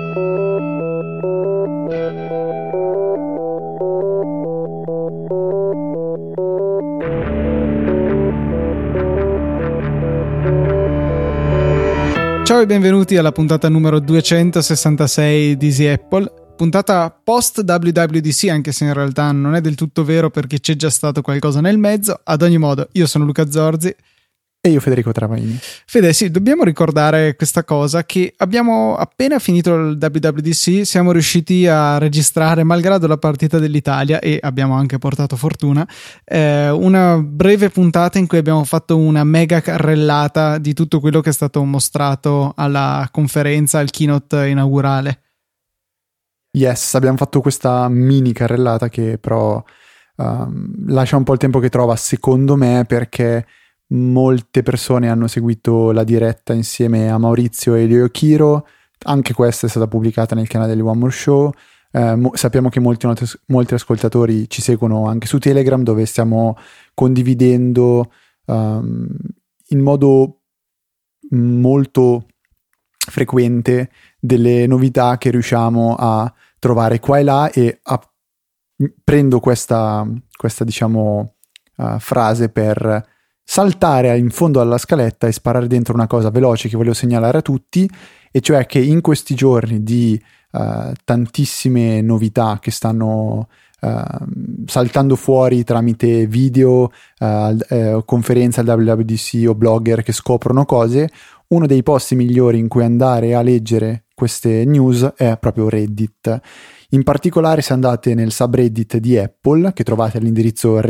Ciao e benvenuti alla puntata numero 266 di Easy Apple, puntata post WWDC, anche se in realtà non è del tutto vero perché c'è già stato qualcosa nel mezzo. Ad ogni modo, io sono Luca Zorzi. E io Federico Travaini. Fede, sì, dobbiamo ricordare questa cosa, che abbiamo appena finito il WWDC, siamo riusciti a registrare, malgrado la partita dell'Italia, e abbiamo anche portato fortuna, una breve puntata in cui abbiamo fatto una mega carrellata di tutto quello che è stato mostrato alla conferenza, al keynote inaugurale. Yes, abbiamo fatto questa mini carrellata che però lascia un po' il tempo che trova, secondo me, perché molte persone hanno seguito la diretta insieme a Maurizio e Leo Chiro. Anche questa è stata pubblicata nel canale di One More Show. Sappiamo che molti ascoltatori ci seguono anche su Telegram, dove stiamo condividendo in modo molto frequente delle novità che riusciamo a trovare qua e là, e prendo questa diciamo frase per saltare in fondo alla scaletta e sparare dentro una cosa veloce che volevo segnalare a tutti, e cioè che in questi giorni di tantissime novità che stanno saltando fuori tramite video, conferenze al WWDC o blogger che scoprono cose, uno dei posti migliori in cui andare a leggere queste news è proprio Reddit. In particolare, se andate nel subreddit di Apple, che trovate all'indirizzo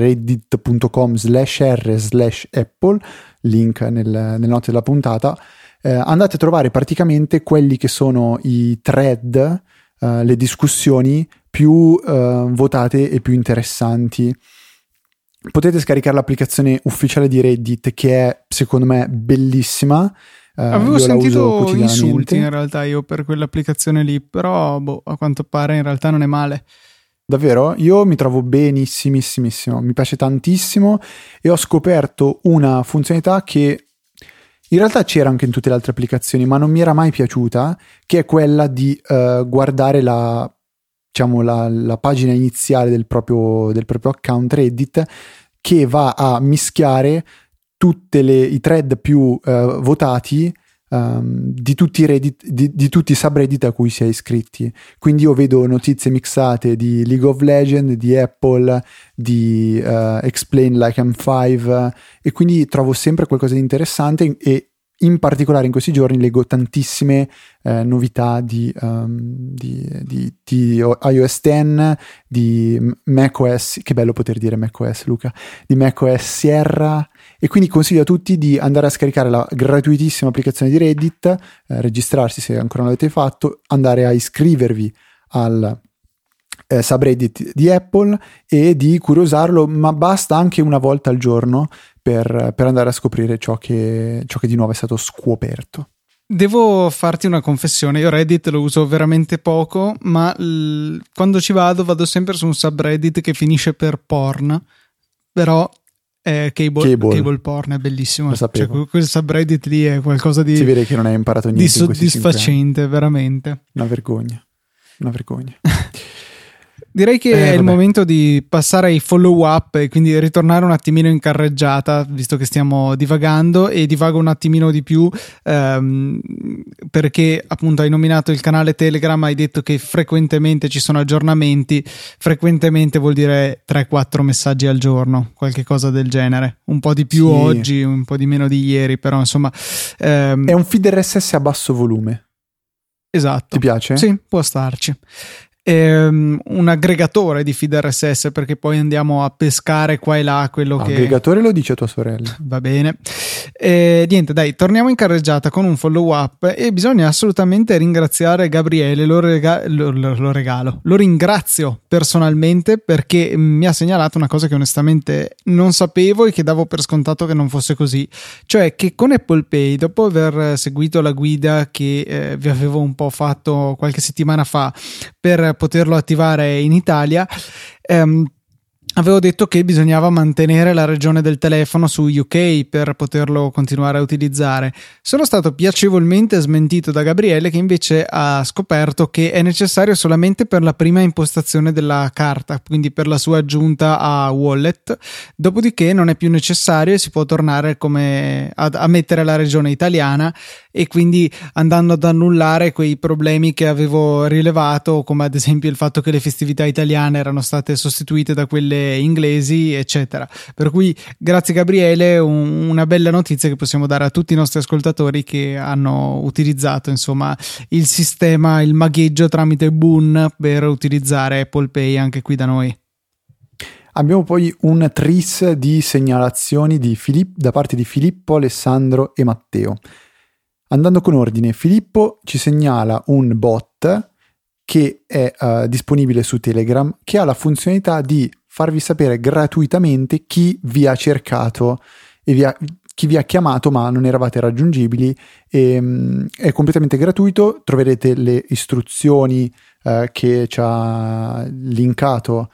reddit.com/r/Apple, link nelle note della puntata, andate a trovare praticamente quelli che sono i thread, le discussioni più votate e più interessanti. Potete scaricare l'applicazione ufficiale di Reddit, che è secondo me bellissima. Avevo sentito insulti in realtà io per quell'applicazione lì, però a quanto pare in realtà non è male. Davvero? Io mi trovo benissimissimo, mi piace tantissimo, e ho scoperto una funzionalità che in realtà c'era anche in tutte le altre applicazioni, ma non mi era mai piaciuta, che è quella di guardare la pagina iniziale del proprio account Reddit, che va a mischiare tutti i thread più votati di tutti i subreddit a cui si è iscritti. Quindi io vedo notizie mixate di League of Legends, di Apple, di Explain Like I'm 5, e quindi trovo sempre qualcosa di interessante, e in particolare in questi giorni leggo tantissime novità di iOS 10, di macOS, che bello poter dire macOS, Luca, di macOS Sierra, e quindi consiglio a tutti di andare a scaricare la gratuitissima applicazione di Reddit, registrarsi se ancora non l'avete fatto, andare a iscrivervi al subreddit di Apple e di curiosarlo, ma basta anche una volta al giorno per andare a scoprire ciò che di nuovo è stato scoperto. Devo farti una confessione, io Reddit lo uso veramente poco, ma quando ci vado sempre su un subreddit che finisce per porn, però cable porn è bellissimo. Lo sapevo. Cioè, quel subreddit lì è qualcosa di, si vede che non hai imparato niente, di soddisfacente, veramente. Una vergogna. Direi che è il momento di passare ai follow up e quindi ritornare un attimino in carreggiata, visto che stiamo divagando, e divago un attimino di più perché appunto hai nominato il canale Telegram, hai detto che frequentemente ci sono aggiornamenti. Frequentemente vuol dire 3-4 messaggi al giorno, qualche cosa del genere, un po' di più sì. Oggi, un po' di meno di ieri, però insomma è un feed RSS a basso volume. Esatto. Ti piace? Sì, può starci. Un aggregatore di feed RSS, perché poi andiamo a pescare qua e là quello che... Aggregatore lo dice tua sorella. Va bene. Niente, dai, torniamo in carreggiata con un follow up, e bisogna assolutamente ringraziare Gabriele. Lo ringrazio personalmente, perché mi ha segnalato una cosa che onestamente non sapevo e che davo per scontato che non fosse così, cioè che con Apple Pay, dopo aver seguito la guida che vi avevo un po' fatto qualche settimana fa per poterlo attivare in Italia, avevo detto che bisognava mantenere la regione del telefono su UK per poterlo continuare a utilizzare. Sono stato piacevolmente smentito da Gabriele, che invece ha scoperto che è necessario solamente per la prima impostazione della carta, quindi per la sua aggiunta a wallet. Dopodiché non è più necessario e si può tornare a mettere la regione italiana, e quindi andando ad annullare quei problemi che avevo rilevato, come ad esempio il fatto che le festività italiane erano state sostituite da quelle inglesi, eccetera. Per cui grazie Gabriele, una bella notizia che possiamo dare a tutti i nostri ascoltatori che hanno utilizzato insomma il sistema, il magheggio tramite Boon per utilizzare Apple Pay anche qui da noi. Abbiamo poi un tris di segnalazioni da parte di Filippo, Alessandro e Matteo. Andando con ordine, Filippo ci segnala un bot che è disponibile su Telegram, che ha la funzionalità di farvi sapere gratuitamente chi vi ha cercato e chi vi ha chiamato ma non eravate raggiungibili. È completamente gratuito, troverete le istruzioni che ci ha linkato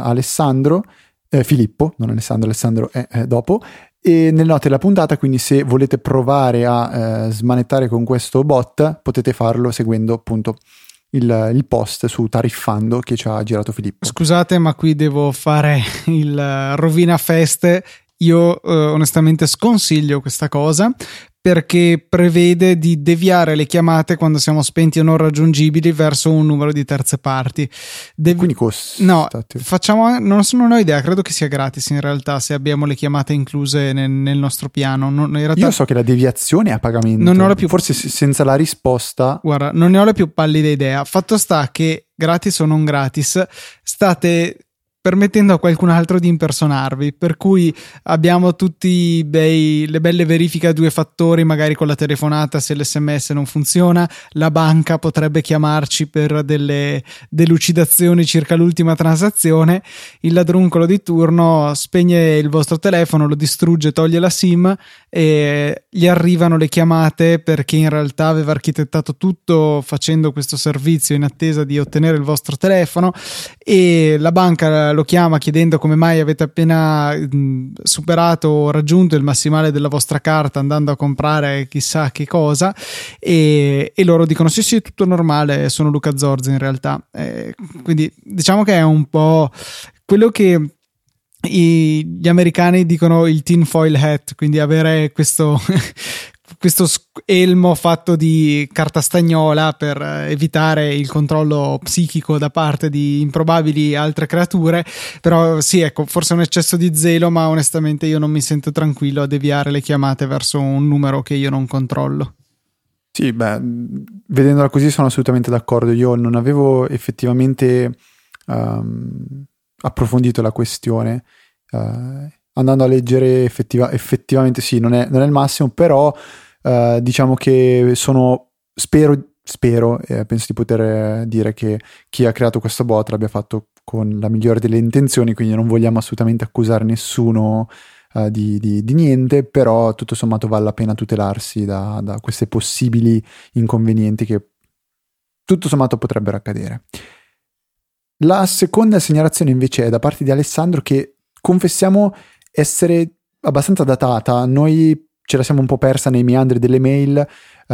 Filippo, non Alessandro è dopo, e nelle note della puntata, quindi se volete provare a smanettare con questo bot potete farlo seguendo appunto il post su Tariffando che ci ha girato Filippo. Scusate, ma qui devo fare il rovina feste. Io onestamente sconsiglio questa cosa, perché prevede di deviare le chiamate quando siamo spenti o non raggiungibili verso un numero di terze parti. Quindi costa. No, non ho idea, credo che sia gratis in realtà se abbiamo le chiamate incluse nel nostro piano. In realtà, io so che la deviazione è a pagamento. Non ho la più... Forse senza la risposta. Guarda, non ne ho la più pallida idea. Fatto sta che gratis o non gratis state permettendo a qualcun altro di impersonarvi, per cui abbiamo tutti le belle verifiche a 2 fattori, magari con la telefonata se l'SMS non funziona, la banca potrebbe chiamarci per delle delucidazioni circa l'ultima transazione, il ladruncolo di turno spegne il vostro telefono, lo distrugge, toglie la SIM e gli arrivano le chiamate perché in realtà aveva architettato tutto facendo questo servizio in attesa di ottenere il vostro telefono, e la banca lo chiama chiedendo come mai avete appena superato o raggiunto il massimale della vostra carta andando a comprare chissà che cosa, e loro dicono sì, tutto normale, sono Luca Zorzi in realtà. Quindi diciamo che è un po' quello che gli americani dicono il tinfoil hat, quindi avere questo elmo fatto di carta stagnola per evitare il controllo psichico da parte di improbabili altre creature. Però sì, ecco, forse è un eccesso di zelo, ma onestamente io non mi sento tranquillo a deviare le chiamate verso un numero che io non controllo. Sì, vedendola così sono assolutamente d'accordo. Io non avevo effettivamente approfondito la questione, andando a leggere effettivamente sì, non è il massimo, però diciamo che spero penso di poter dire che chi ha creato questo bot l'abbia fatto con la migliore delle intenzioni, quindi non vogliamo assolutamente accusare nessuno di niente, però tutto sommato vale la pena tutelarsi da queste possibili inconvenienti che tutto sommato potrebbero accadere. La seconda segnalazione invece è da parte di Alessandro, che confessiamo essere abbastanza datata. Noi ce la siamo un po' persa nei meandri delle mail.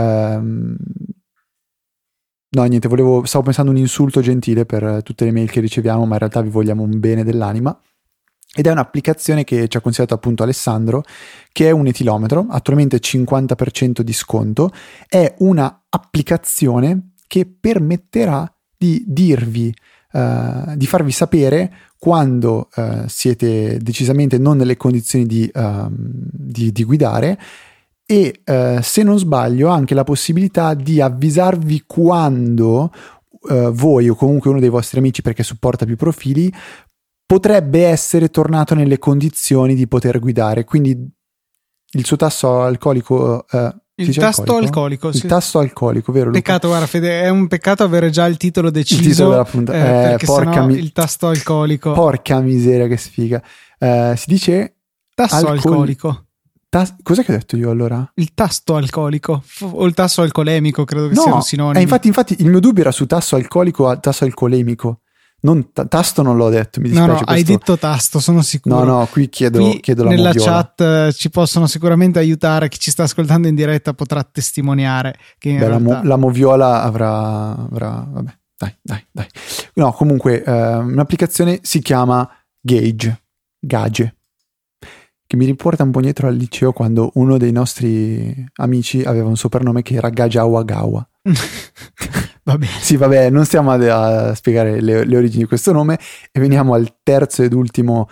No, niente, stavo pensando un insulto gentile per tutte le mail che riceviamo, ma in realtà vi vogliamo un bene dell'anima. Ed è un'applicazione che ci ha consigliato appunto Alessandro, che è un etilometro, attualmente 50% di sconto. È una applicazione che permetterà di dirvi, di farvi sapere quando siete decisamente non nelle condizioni di guidare, e se non sbaglio ha anche la possibilità di avvisarvi quando voi o comunque uno dei vostri amici, perché supporta più profili, potrebbe essere tornato nelle condizioni di poter guidare. Quindi il suo tasso alcolico il tasto alcolico, il tasto alcolico, vero Luca? Peccato, guarda Fede, è un peccato avere già il titolo deciso, il titolo della puntata, perché sennò il tasto alcolico, porca miseria che sfiga. Si dice tasto alcolico. Cos'è che ho detto io allora? Il tasto alcolico o il tasso alcolemico, credo che sia un sinonimo. Infatti il mio dubbio era su tasso alcolico a tasso alcolemico. Tasto non l'ho detto, mi No, dispiace. hai detto tasto, sono sicuro. No, qui chiedo la nella moviola. chat ci possono sicuramente aiutare, chi ci sta ascoltando in diretta potrà testimoniare che in realtà... la moviola avrà vabbè, dai. No, comunque un'applicazione si chiama Gage, che mi riporta un po' indietro al liceo, quando uno dei nostri amici aveva un soprannome che era Gajawa. Vabbè. Sì, vabbè, non stiamo a spiegare le origini di questo nome, e veniamo al terza ed ultima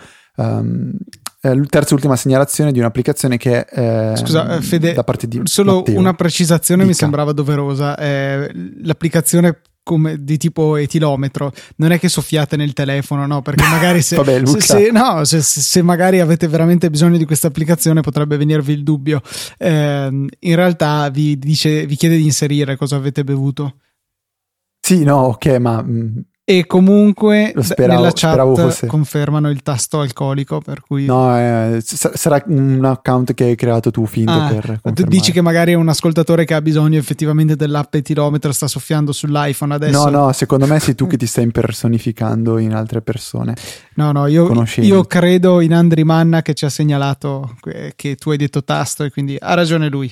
segnalazione di un'applicazione che è Scusa, Fede, da parte di solo Matteo. una precisazione Dica. mi sembrava doverosa. L'applicazione come di tipo etilometro non è che soffiate nel telefono, no? Perché magari Vabbè, se magari avete veramente bisogno di questa applicazione potrebbe venirvi il dubbio. In realtà vi chiede di inserire cosa avete bevuto. Sì, no, ok, ma E comunque nella chat fosse... confermano il tasto alcolico, per cui... No, sarà un account che hai creato tu finto per confermare. Tu dici che magari è un ascoltatore che ha bisogno effettivamente dell'app etilometro, sta soffiando sull'iPhone adesso. No, secondo me sei tu che ti stai impersonificando in altre persone. No, io credo in Andri Manna, che ci ha segnalato che tu hai detto tasto, e quindi ha ragione lui.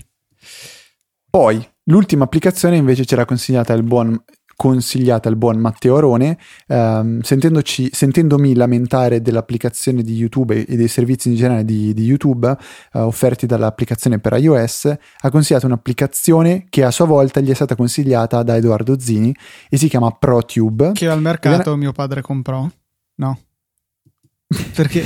Poi l'ultima applicazione invece c'era consigliata al buon Matteo Arone, sentendomi lamentare dell'applicazione di YouTube e dei servizi in generale di YouTube offerti dall'applicazione per iOS, ha consigliato un'applicazione che a sua volta gli è stata consigliata da Edoardo Zini e si chiama ProTube, che al mercato mio padre comprò. No, perché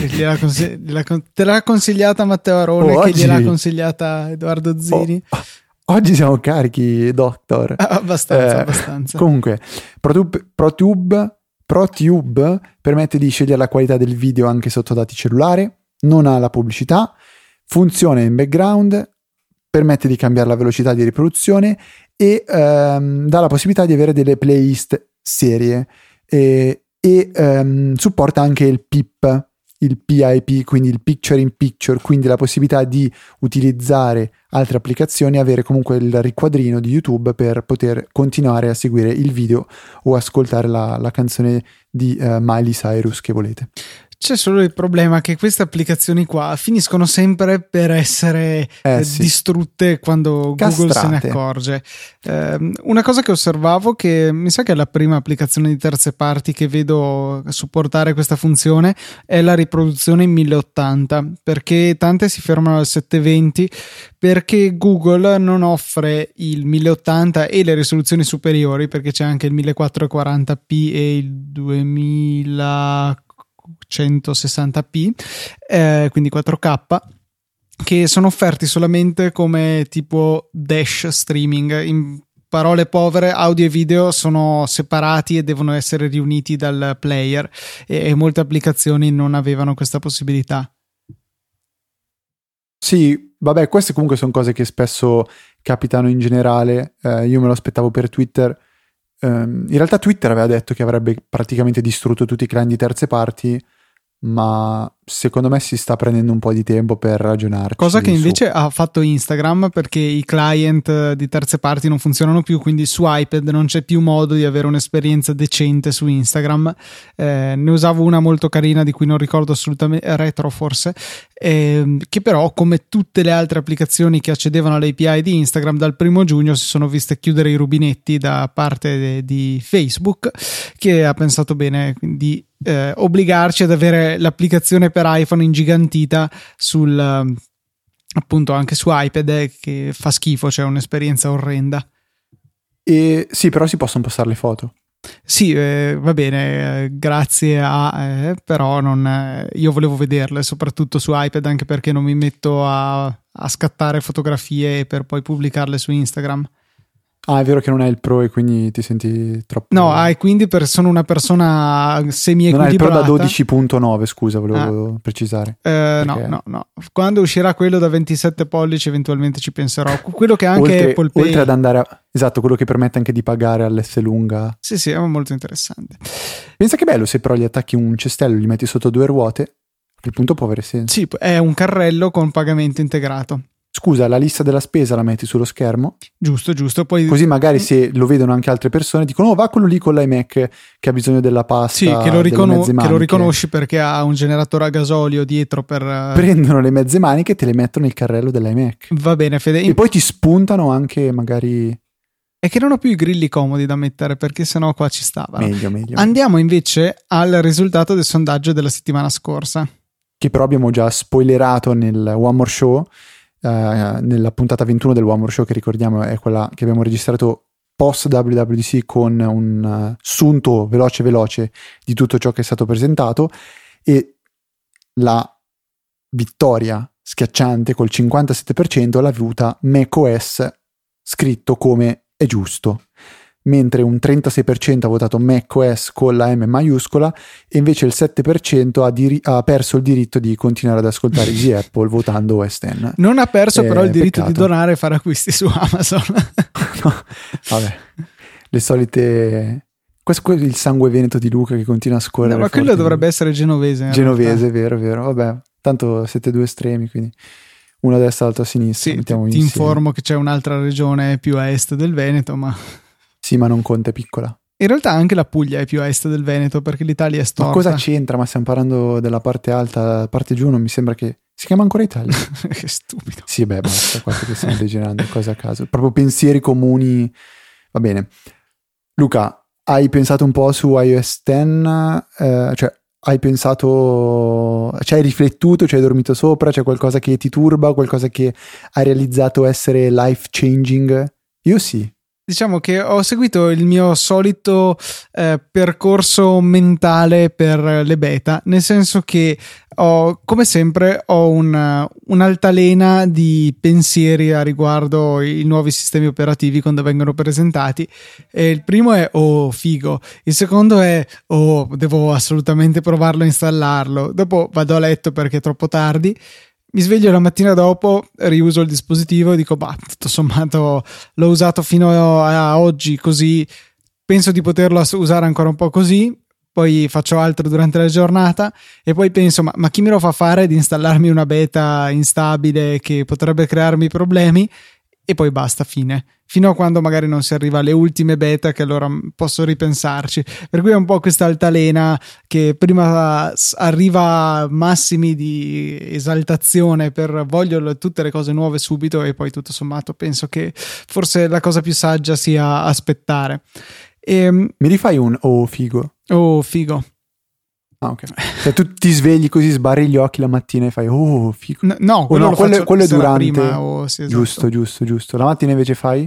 te l'ha consigliata Matteo Arone, che gliel'ha consigliata Edoardo Zini. Oggi siamo carichi, doctor. Abbastanza. Comunque, ProTube permette di scegliere la qualità del video anche sotto dati cellulare, non ha la pubblicità, funziona in background, permette di cambiare la velocità di riproduzione e dà la possibilità di avere delle playlist serie e supporta anche il PIP, il PIP, quindi il Picture in Picture, quindi la possibilità di utilizzare altre applicazioni e avere comunque il riquadrino di YouTube per poter continuare a seguire il video o ascoltare la canzone di Miley Cyrus che volete. C'è solo il problema che queste applicazioni qua finiscono sempre per essere distrutte quando Google se ne accorge. Una cosa che osservavo, che mi sa che è la prima applicazione di terze parti che vedo supportare questa funzione, è la riproduzione in 1080, perché tante si fermano al 720 perché Google non offre il 1080 e le risoluzioni superiori, perché c'è anche il 1440p e il 2160p, quindi 4K, che sono offerti solamente come tipo dash streaming. In parole povere, audio e video sono separati e devono essere riuniti dal player, e molte applicazioni non avevano questa possibilità. Sì, vabbè, queste comunque sono cose che spesso capitano in generale. Io me lo aspettavo per Twitter. In realtà Twitter aveva detto che avrebbe praticamente distrutto tutti i client di terze parti, ma secondo me si sta prendendo un po' di tempo per ragionarci. Cosa che invece ha fatto Instagram, perché i client di terze parti non funzionano più, quindi su iPad non c'è più modo di avere un'esperienza decente su Instagram. Ne usavo una molto carina di cui non ricordo assolutamente, Retro forse, che però, come tutte le altre applicazioni che accedevano all'API di Instagram, dal 1 giugno si sono viste chiudere i rubinetti da parte di Facebook, che ha pensato bene di obbligarci ad avere l'applicazione per iPhone ingigantita sul appunto anche su iPad, che fa schifo, cioè un'esperienza orrenda. E sì, però si possono postare le foto. Sì, va bene, grazie a però non, io volevo vederle soprattutto su iPad, anche perché non mi metto a scattare fotografie per poi pubblicarle su Instagram. Ah, è vero che non hai il Pro e quindi ti senti troppo... No, e quindi sono una persona semi-equilibrata. Non hai il Pro da 12.9, scusa, volevo precisare. No. Quando uscirà quello da 27 pollici eventualmente ci penserò. Quello che anche Apple Pay... Oltre ad andare esatto, quello che permette anche di pagare all'S lunga. Sì, è molto interessante. Pensa che bello se però gli attacchi un cestello, gli metti sotto 2 ruote, a quel punto può avere senso. Sì, è un carrello con pagamento integrato. scusa, la lista della spesa la metti sullo schermo. Giusto, poi così magari se lo vedono anche altre persone dicono: oh, va quello lì con l'iMac che ha bisogno della pasta. Sì, che lo riconosci perché ha un generatore a gasolio dietro per... Prendono le mezze maniche e te le mettono nel carrello dell'iMac. Va bene, Fede. E poi ti spuntano anche magari... È che non ho più i grilli comodi da mettere, perché sennò qua ci stavano. Meglio. Andiamo invece al risultato del sondaggio della settimana scorsa, che però abbiamo già spoilerato nel One More Show, nella puntata 21 del One More Show, che ricordiamo è quella che abbiamo registrato post WWDC con un sunto veloce di tutto ciò che è stato presentato, e la vittoria schiacciante col 57% l'ha avuta macOS, scritto come è giusto, mentre un 36% ha votato macOS con la M maiuscola, e invece il 7% ha perso il diritto di continuare ad ascoltare Easy Apple votando OS X. Non ha perso però il diritto peccato. di donare e fare acquisti su Amazon. No, vabbè, le solite... Questo è il sangue veneto di Luca che continua a scorrere. No, ma quello dovrebbe essere genovese. Genovese, vero. Vabbè, tanto siete due estremi, quindi uno a destra e l'altro a sinistra. Sì, ti informo che c'è un'altra regione più a est del Veneto, ma... Sì, ma non conta, è piccola. In realtà anche la Puglia è più a est del Veneto, perché l'Italia è storta. Ma cosa c'entra? Ma stiamo parlando della parte alta, parte giù, non mi sembra che... Si chiama ancora Italia? Che stupido. Sì, beh, basta, qua che stiamo degenerando, cose a caso. Proprio pensieri comuni. Va bene. Luca, hai pensato un po' su iOS X? Cioè, hai pensato... Ci hai riflettuto? Ci hai dormito sopra? C'è qualcosa che ti turba? Qualcosa che hai realizzato essere life changing? Io sì. Diciamo che ho seguito il mio solito percorso mentale per le beta, nel senso che come sempre ho un'altalena di pensieri a riguardo i nuovi sistemi operativi quando vengono presentati. E il primo è oh figo, il secondo è oh devo assolutamente provarlo a installarlo, dopo vado a letto perché è troppo tardi. Mi sveglio la mattina dopo, riuso il dispositivo e dico, tutto sommato l'ho usato fino a oggi così, penso di poterlo usare ancora un po' così, poi faccio altro durante la giornata e poi penso, ma chi me lo fa fare di installarmi una beta instabile che potrebbe crearmi problemi? E poi basta, fine. Fino a quando magari non si arriva alle ultime beta, che allora posso ripensarci. Per cui è un po' questa altalena che prima arriva a massimi di esaltazione per voglio tutte le cose nuove subito, e poi tutto sommato penso che forse la cosa più saggia sia aspettare. Mi rifai un oh figo? Oh figo. Ah, ok. Cioè tu ti svegli così, sbarri gli occhi la mattina e fai oh figo. No, quello è durante. Prima, sì, esatto. Giusto. La mattina invece fai?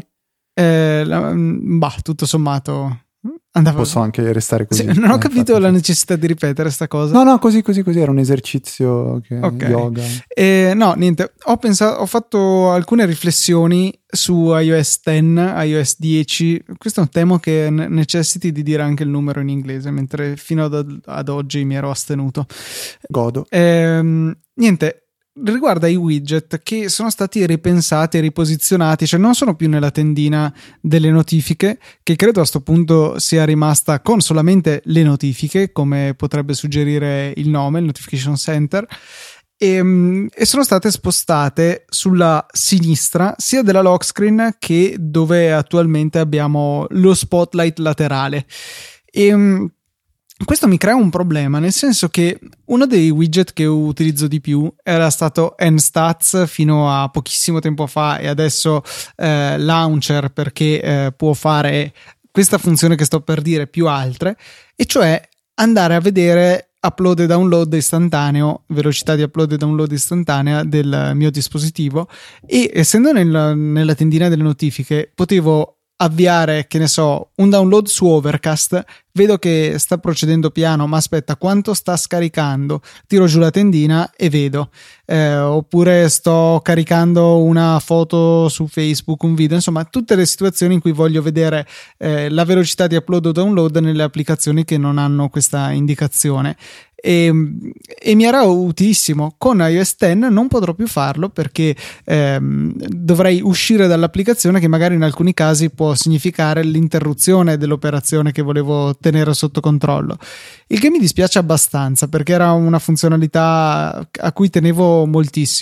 Tutto sommato posso anche restare così. Sì, non ho capito la necessità di ripetere sta cosa. No, così era un esercizio yoga. No, niente, ho fatto alcune riflessioni su iOS X, iOS 10. Questo è un tema che necessiti di dire anche il numero in inglese, mentre fino ad oggi mi ero astenuto. Godo. Niente, riguarda i widget che sono stati ripensati e riposizionati, cioè non sono più nella tendina delle notifiche, che credo a sto punto sia rimasta con solamente le notifiche, come potrebbe suggerire il nome, il Notification Center, e sono state spostate sulla sinistra sia della lock screen che dove attualmente abbiamo lo spotlight laterale. Questo mi crea un problema, nel senso che uno dei widget che utilizzo di più era stato NStats fino a pochissimo tempo fa, e adesso Launcher, perché può fare questa funzione che sto per dire più altre, e cioè andare a vedere upload e download istantaneo, velocità di upload e download istantanea del mio dispositivo, e essendo nella tendina delle notifiche potevo avviare, che ne so, un download su Overcast, vedo che sta procedendo piano, ma aspetta, quanto sta scaricando? Tiro giù la tendina e vedo. Oppure sto caricando una foto su Facebook, un video, insomma tutte le situazioni in cui voglio vedere la velocità di upload o download nelle applicazioni che non hanno questa indicazione. E mi era utilissimo. Con iOS X non potrò più farlo perché dovrei uscire dall'applicazione, che magari in alcuni casi può significare l'interruzione dell'operazione che volevo tenere sotto controllo, il che mi dispiace abbastanza perché era una funzionalità a cui tenevo moltissimo.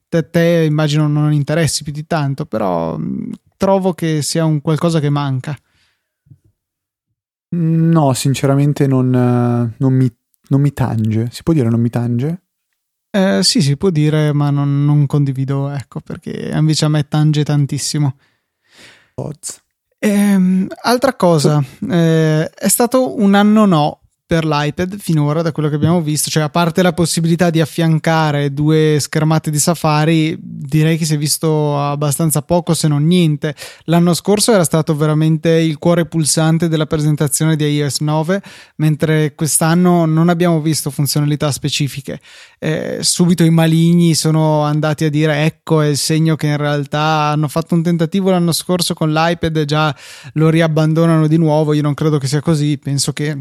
te immagino non interessi più di tanto, però trovo che sia un qualcosa che manca. No, sinceramente non mi tange. Si può dire non mi tange? Sì, si può dire, ma non condivido, ecco, perché invece a me tange tantissimo. Odds. Altra cosa, è stato un anno no per l'iPad finora, da quello che abbiamo visto, cioè a parte la possibilità di affiancare 2 schermate di Safari, direi che si è visto abbastanza poco, se non niente. L'anno scorso era stato veramente il cuore pulsante della presentazione di iOS 9, mentre quest'anno non abbiamo visto funzionalità specifiche. Subito i maligni sono andati a dire ecco è il segno che in realtà hanno fatto un tentativo l'anno scorso con l'iPad e già lo riabbandonano di nuovo. Io non credo che sia così, penso che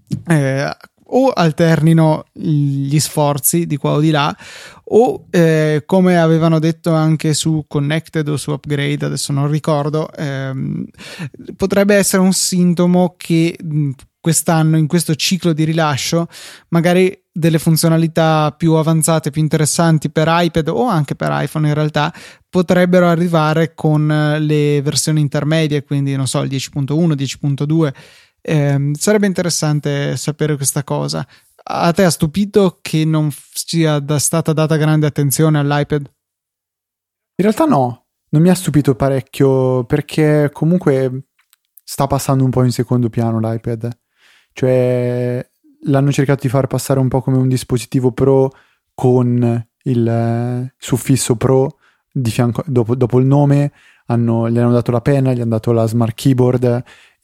o alternino gli sforzi di qua o di là, o come avevano detto anche su Connected o su Upgrade, adesso non ricordo, potrebbe essere un sintomo che quest'anno, in questo ciclo di rilascio, magari delle funzionalità più avanzate, più interessanti per iPad o anche per iPhone in realtà potrebbero arrivare con le versioni intermedie, quindi non so, il 10.1, 10.2. Sarebbe interessante sapere questa cosa. A te ha stupito che non sia stata data grande attenzione all'iPad? In realtà no, non mi ha stupito parecchio perché comunque sta passando un po' in secondo piano l'iPad. Cioè l'hanno cercato di far passare un po' come un dispositivo Pro con il suffisso Pro di fianco, dopo il nome, gli hanno dato la penna, gli hanno dato la Smart Keyboard,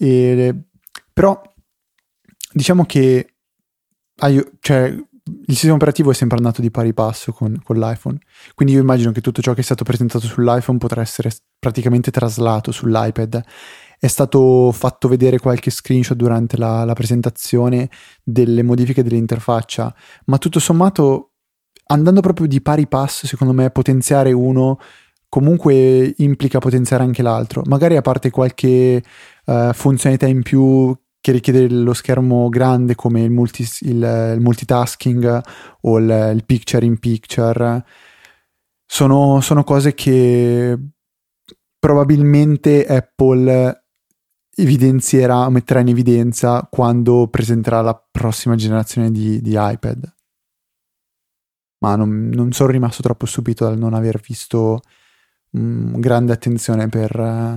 però diciamo che cioè, il sistema operativo è sempre andato di pari passo con l'iPhone, quindi io immagino che tutto ciò che è stato presentato sull'iPhone potrà essere praticamente traslato sull'iPad. È stato fatto vedere qualche screenshot durante la presentazione delle modifiche dell'interfaccia, ma tutto sommato, andando proprio di pari passo, secondo me potenziare uno comunque implica potenziare anche l'altro, magari a parte qualche funzionalità in più che richiede lo schermo grande come il multitasking o il picture in picture. Sono cose che probabilmente Apple metterà in evidenza quando presenterà la prossima generazione di iPad. Ma non sono rimasto troppo stupito dal non aver visto grande attenzione per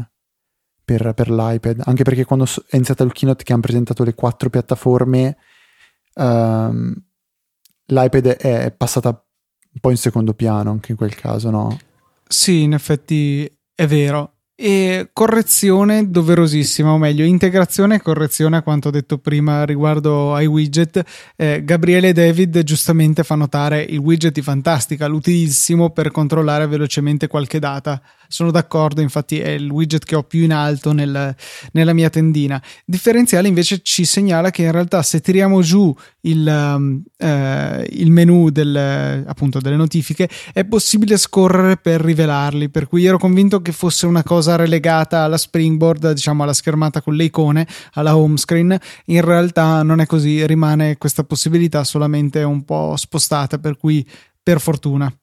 l'iPad, anche perché quando è iniziata il keynote che hanno presentato le 4 piattaforme, l'iPad è passata un po' in secondo piano anche in quel caso, no? Sì, in effetti è vero. E correzione doverosissima, o meglio integrazione e correzione a quanto detto prima riguardo ai widget. Gabriele e David giustamente fa notare il widget di Fantastica, l'utilissimo per controllare velocemente qualche data. Sono d'accordo, infatti è il widget che ho più in alto nella mia tendina. Differenziale invece ci segnala che in realtà se tiriamo giù il menu appunto delle notifiche è possibile scorrere per rivelarli, per cui ero convinto che fosse una cosa relegata alla Springboard, diciamo alla schermata con le icone, alla home screen. In realtà non è così, rimane questa possibilità solamente un po' spostata, per cui per fortuna.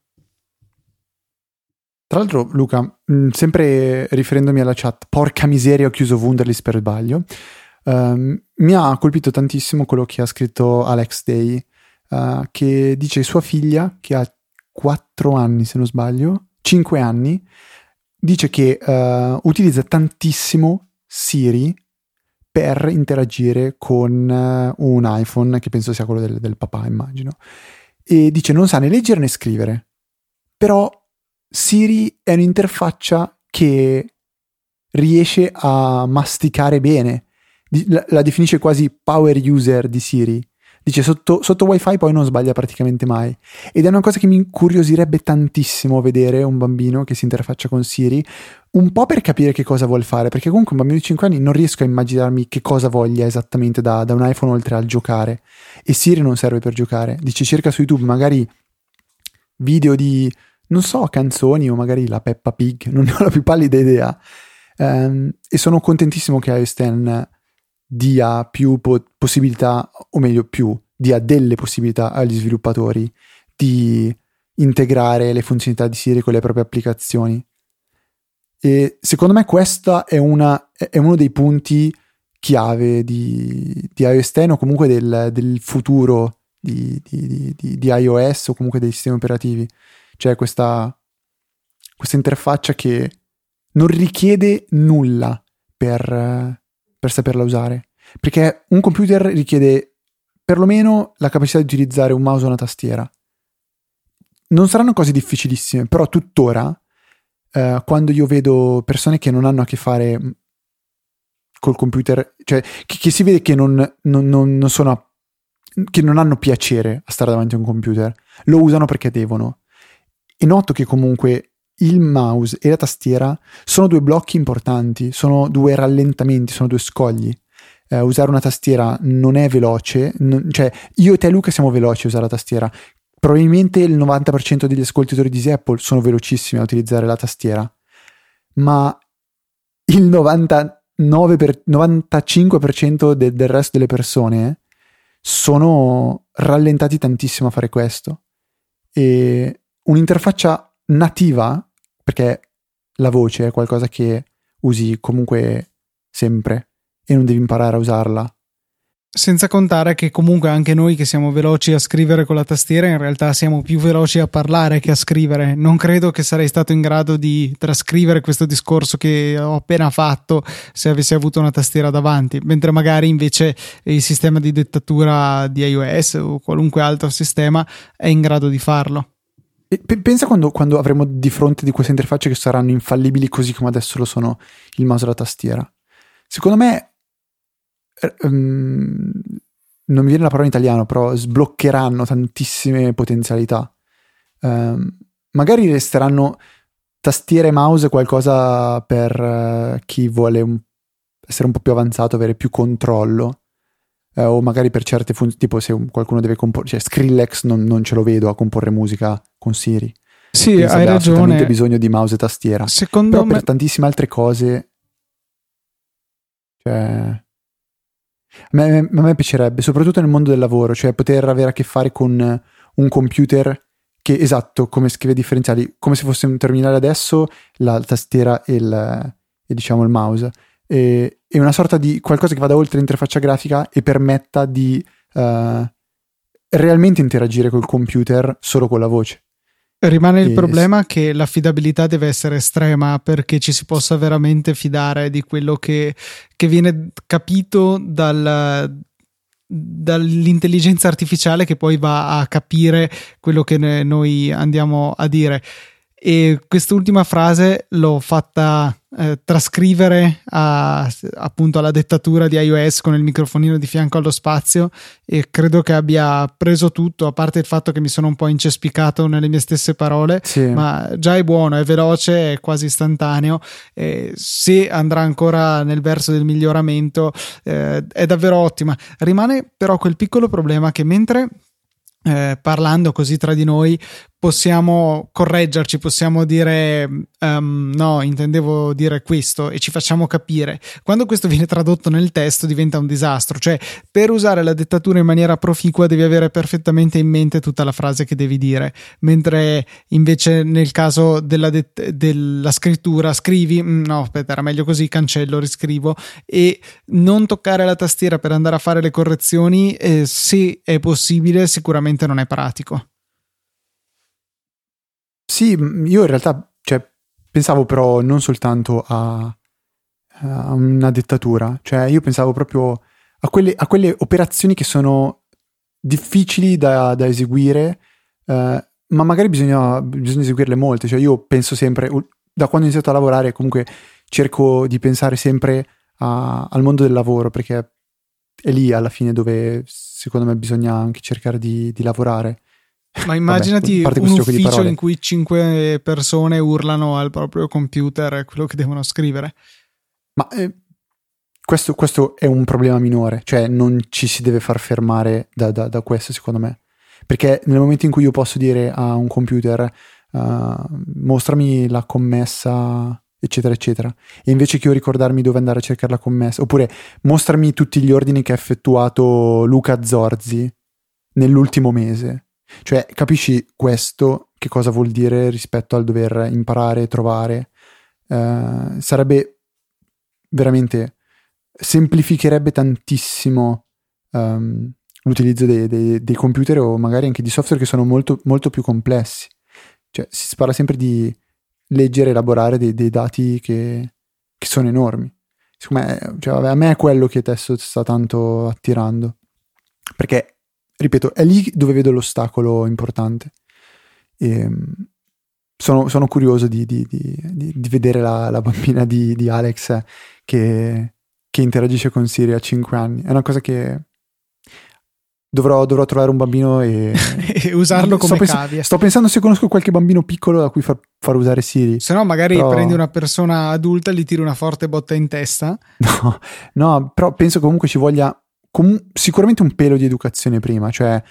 Tra l'altro, Luca, sempre riferendomi alla chat, porca miseria, ho chiuso Wunderlist per sbaglio. Mi ha colpito tantissimo quello che ha scritto Alex Day, che dice sua figlia, che ha 4 anni se non sbaglio, 5 anni, dice che utilizza tantissimo Siri per interagire con un iPhone, che penso sia quello del papà, immagino. E dice non sa né leggere né scrivere, però Siri è un'interfaccia che riesce a masticare bene. La definisce quasi power user di Siri. Dice sotto wifi poi non sbaglia praticamente mai. Ed è una cosa che mi incuriosirebbe tantissimo vedere un bambino che si interfaccia con Siri, un po' per capire che cosa vuol fare, perché comunque un bambino di 5 anni non riesco a immaginarmi che cosa voglia esattamente da un iPhone oltre al giocare. E Siri non serve per giocare. Dice cerca su YouTube magari video di, non so, canzoni o magari la Peppa Pig, non ne ho la più pallida idea. E sono contentissimo che iOS X dia più possibilità, o meglio dia delle possibilità agli sviluppatori di integrare le funzionalità di Siri con le proprie applicazioni. E secondo me questa è uno dei punti chiave di iOS 10 o comunque del futuro di iOS o comunque dei sistemi operativi. Cioè questa interfaccia che non richiede nulla per saperla usare, perché un computer richiede perlomeno la capacità di utilizzare un mouse o una tastiera. Non saranno cose difficilissime, però tuttora quando io vedo persone che non hanno a che fare col computer, cioè che si vede che non sono che non hanno piacere a stare davanti a un computer, lo usano perché devono. E noto che comunque il mouse e la tastiera sono due blocchi importanti, sono due rallentamenti, sono due scogli. Usare una tastiera non è veloce, cioè io e te Luca siamo veloci a usare la tastiera, probabilmente il 90% degli ascoltatori di Easy Apple sono velocissimi a utilizzare la tastiera, ma il 95% del resto delle persone sono rallentati tantissimo a fare questo. E un'interfaccia nativa, perché la voce è qualcosa che usi comunque sempre e non devi imparare a usarla. Senza contare che comunque anche noi che siamo veloci a scrivere con la tastiera in realtà siamo più veloci a parlare che a scrivere. Non credo che sarei stato in grado di trascrivere questo discorso che ho appena fatto se avessi avuto una tastiera davanti, mentre magari invece il sistema di dettatura di iOS o qualunque altro sistema è in grado di farlo. E pensa quando avremo di fronte di queste interfacce che saranno infallibili così come adesso lo sono il mouse e la tastiera. Secondo me non mi viene la parola in italiano, però sbloccheranno tantissime potenzialità. Magari resteranno tastiera e mouse qualcosa per chi vuole essere un po' più avanzato, avere più controllo, o magari per certe funzioni, tipo se qualcuno deve comporre, cioè Skrillex non ce lo vedo a comporre musica con Siri. Sì, penso hai abbia ragione. assolutamente bisogno di mouse e tastiera. Secondo però me per tantissime altre cose, cioè a me piacerebbe, soprattutto nel mondo del lavoro, cioè poter avere a che fare con un computer che, esatto, come scrive differenziali, come se fosse un terminale adesso, la tastiera e diciamo il mouse, e una sorta di qualcosa che vada oltre l'interfaccia grafica e permetta di realmente interagire col computer solo con la voce. rimane il problema che l'affidabilità deve essere estrema perché ci si possa veramente fidare di quello che viene capito dall'intelligenza artificiale che poi va a capire quello che noi andiamo a dire. E quest'ultima frase l'ho fatta trascrivere appunto alla dettatura di iOS con il microfonino di fianco allo spazio e credo che abbia preso tutto, a parte il fatto che mi sono un po' incespicato nelle mie stesse parole, sì. Ma già è buono, è veloce, è quasi istantaneo, se andrà ancora nel verso del miglioramento è davvero ottima. Rimane però quel piccolo problema che mentre parlando così tra di noi possiamo correggerci, possiamo dire no, intendevo dire questo e ci facciamo capire. Quando questo viene tradotto nel testo diventa un disastro, cioè per usare la dettatura in maniera proficua devi avere perfettamente in mente tutta la frase che devi dire, mentre invece nel caso della scrittura scrivi no aspetta era meglio così, cancello, riscrivo, e non toccare la tastiera per andare a fare le correzioni se è possibile sicuramente non è pratico. Sì, io in realtà pensavo però non soltanto a una dettatura, cioè io pensavo proprio a quelle operazioni che sono difficili da eseguire, ma magari bisogna eseguirle molte, cioè io penso sempre, da quando ho iniziato a lavorare comunque cerco di pensare sempre al mondo del lavoro, perché è lì alla fine dove secondo me bisogna anche cercare di lavorare. Ma immaginati un ufficio in cui 5 persone urlano al proprio computer quello che devono scrivere. Ma questo è un problema minore, cioè non ci si deve far fermare da questo secondo me, perché nel momento in cui io posso dire a un computer mostrami la commessa eccetera eccetera, e invece che io ricordarmi dove andare a cercare la commessa, oppure mostrami tutti gli ordini che ha effettuato Luca Zorzi nell'ultimo mese. Cioè, capisci questo che cosa vuol dire rispetto al dover imparare, trovare. Sarebbe veramente, semplificherebbe tantissimo l'utilizzo dei computer o magari anche di software che sono molto, molto più complessi. Cioè, si parla sempre di leggere e elaborare dei dati che sono enormi. Cioè, a me è quello che adesso sta tanto attirando, perché, ripeto, è lì dove vedo l'ostacolo importante. E sono curioso di vedere la bambina di Alex che interagisce con Siri a 5 anni. È una cosa che dovrò trovare un bambino e usarlo come cavia. Sto pensando se conosco qualche bambino piccolo a cui far usare Siri. Se no magari prendi una persona adulta e gli tiri una forte botta in testa. No, però penso comunque ci voglia sicuramente un pelo di educazione prima, cioè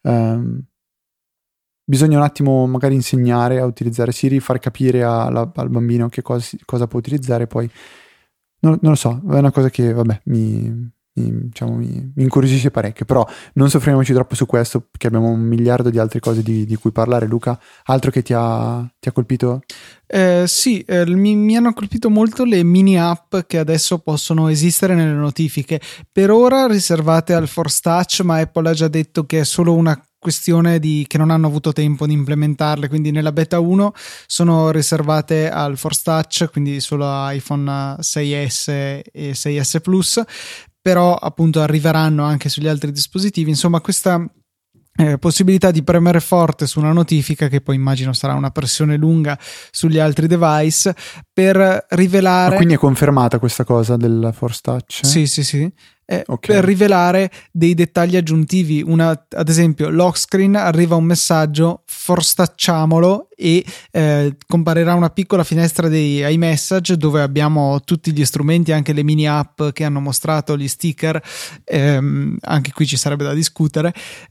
bisogna un attimo magari insegnare a utilizzare Siri, far capire al bambino che cosa può utilizzare, poi non lo so, è una cosa che vabbè mi incuriosisce parecchio, però non soffermiamoci troppo su questo perché abbiamo un miliardo di altre cose di cui parlare. Luca, altro che ti ha colpito? Sì, mi hanno colpito molto le mini app che adesso possono esistere nelle notifiche, per ora riservate al Force Touch, ma Apple ha già detto che è solo una questione che non hanno avuto tempo di implementarle, quindi nella beta 1 sono riservate al Force Touch, quindi solo a iPhone 6S e 6S Plus, però appunto arriveranno anche sugli altri dispositivi. Insomma, questa possibilità di premere forte su una notifica, che poi immagino sarà una pressione lunga sugli altri device, per rivelare... Ma quindi è confermata questa cosa del Force Touch? Sì. Okay. Per rivelare dei dettagli aggiuntivi. Ad esempio, lock screen, arriva un messaggio, forstacciamolo, e comparirà una piccola finestra dei iMessage dove abbiamo tutti gli strumenti, anche le mini app che hanno mostrato, gli sticker, anche qui ci sarebbe da discutere,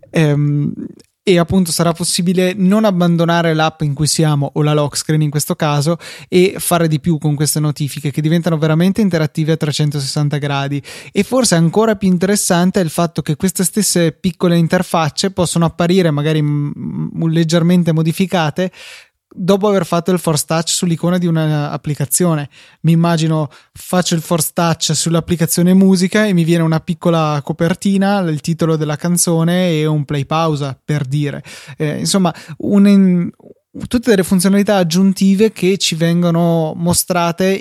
e appunto sarà possibile non abbandonare l'app in cui siamo, o la lock screen in questo caso, e fare di più con queste notifiche che diventano veramente interattive a 360 gradi. E forse ancora più interessante è il fatto che queste stesse piccole interfacce possono apparire magari leggermente modificate dopo aver fatto il Force Touch sull'icona di un'applicazione. Mi immagino, faccio il Force Touch sull'applicazione musica e mi viene una piccola copertina, il titolo della canzone e un play pausa, per dire. Insomma, tutte delle funzionalità aggiuntive che ci vengono mostrate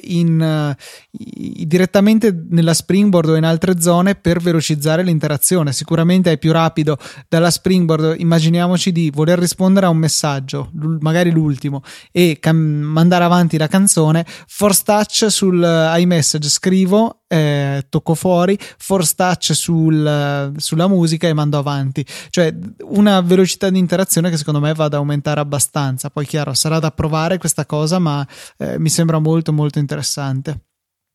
direttamente nella Springboard o in altre zone per velocizzare l'interazione. Sicuramente è più rapido dalla Springboard. Immaginiamoci di voler rispondere a un messaggio, magari l'ultimo, e mandare avanti la canzone. Force Touch sul iMessage, scrivo, tocco fuori, Force Touch sulla musica e mando avanti. Cioè una velocità di interazione che secondo me va ad aumentare abbastanza. Poi chiaro, sarà da provare questa cosa, ma mi sembra molto molto interessante.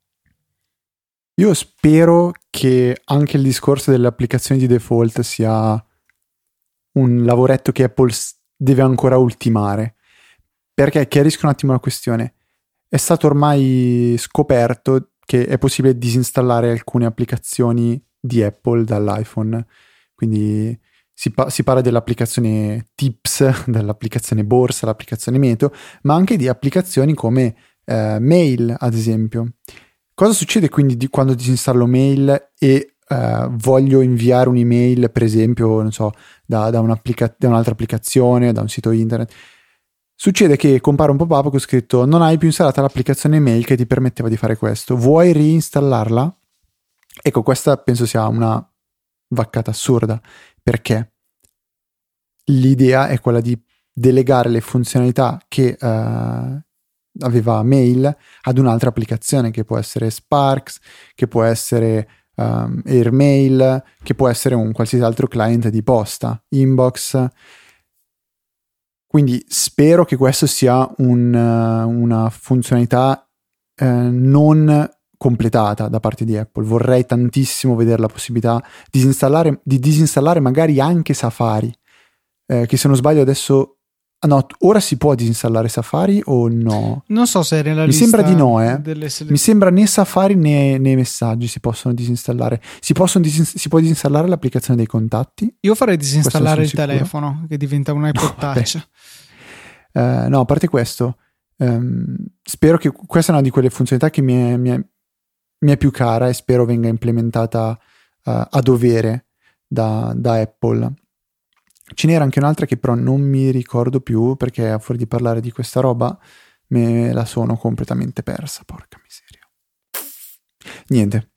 Io spero che anche il discorso delle applicazioni di default sia un lavoretto che Apple deve ancora ultimare, perché chiarisco un attimo la questione. È stato ormai scoperto che è possibile disinstallare alcune applicazioni di Apple dall'iPhone, quindi si parla dell'applicazione Tips, dell'applicazione Borsa, l'applicazione Meteo, ma anche di applicazioni come Mail, ad esempio. Cosa succede quindi quando disinstallo Mail e voglio inviare un'email, per esempio, non so, da un'altra applicazione, da un sito internet? Succede che compare un pop-up con scritto: non hai più installata l'applicazione Mail che ti permetteva di fare questo, vuoi reinstallarla? Ecco, questa penso sia una vaccata assurda, perché l'idea è quella di delegare le funzionalità che aveva Mail ad un'altra applicazione, che può essere Sparks, che può essere Airmail, che può essere un qualsiasi altro client di posta, Inbox. Quindi spero che questo sia una funzionalità non completata da parte di Apple. Vorrei tantissimo vedere la possibilità di disinstallare magari anche Safari, che se non sbaglio adesso no, ora si può disinstallare Safari o no? Non so se era la mi lista. Mi sembra di no, mi sembra né Safari né messaggi si possono disinstallare. Si può disinstallare l'applicazione dei contatti. Io farei disinstallare il telefono, che diventa un iPod Touch. No, a parte questo, spero che questa è una di quelle funzionalità che mi è più cara e spero venga implementata a dovere da Apple. Ce n'era anche un'altra che però non mi ricordo più, perché a fuori di parlare di questa roba me la sono completamente persa, porca miseria. Niente.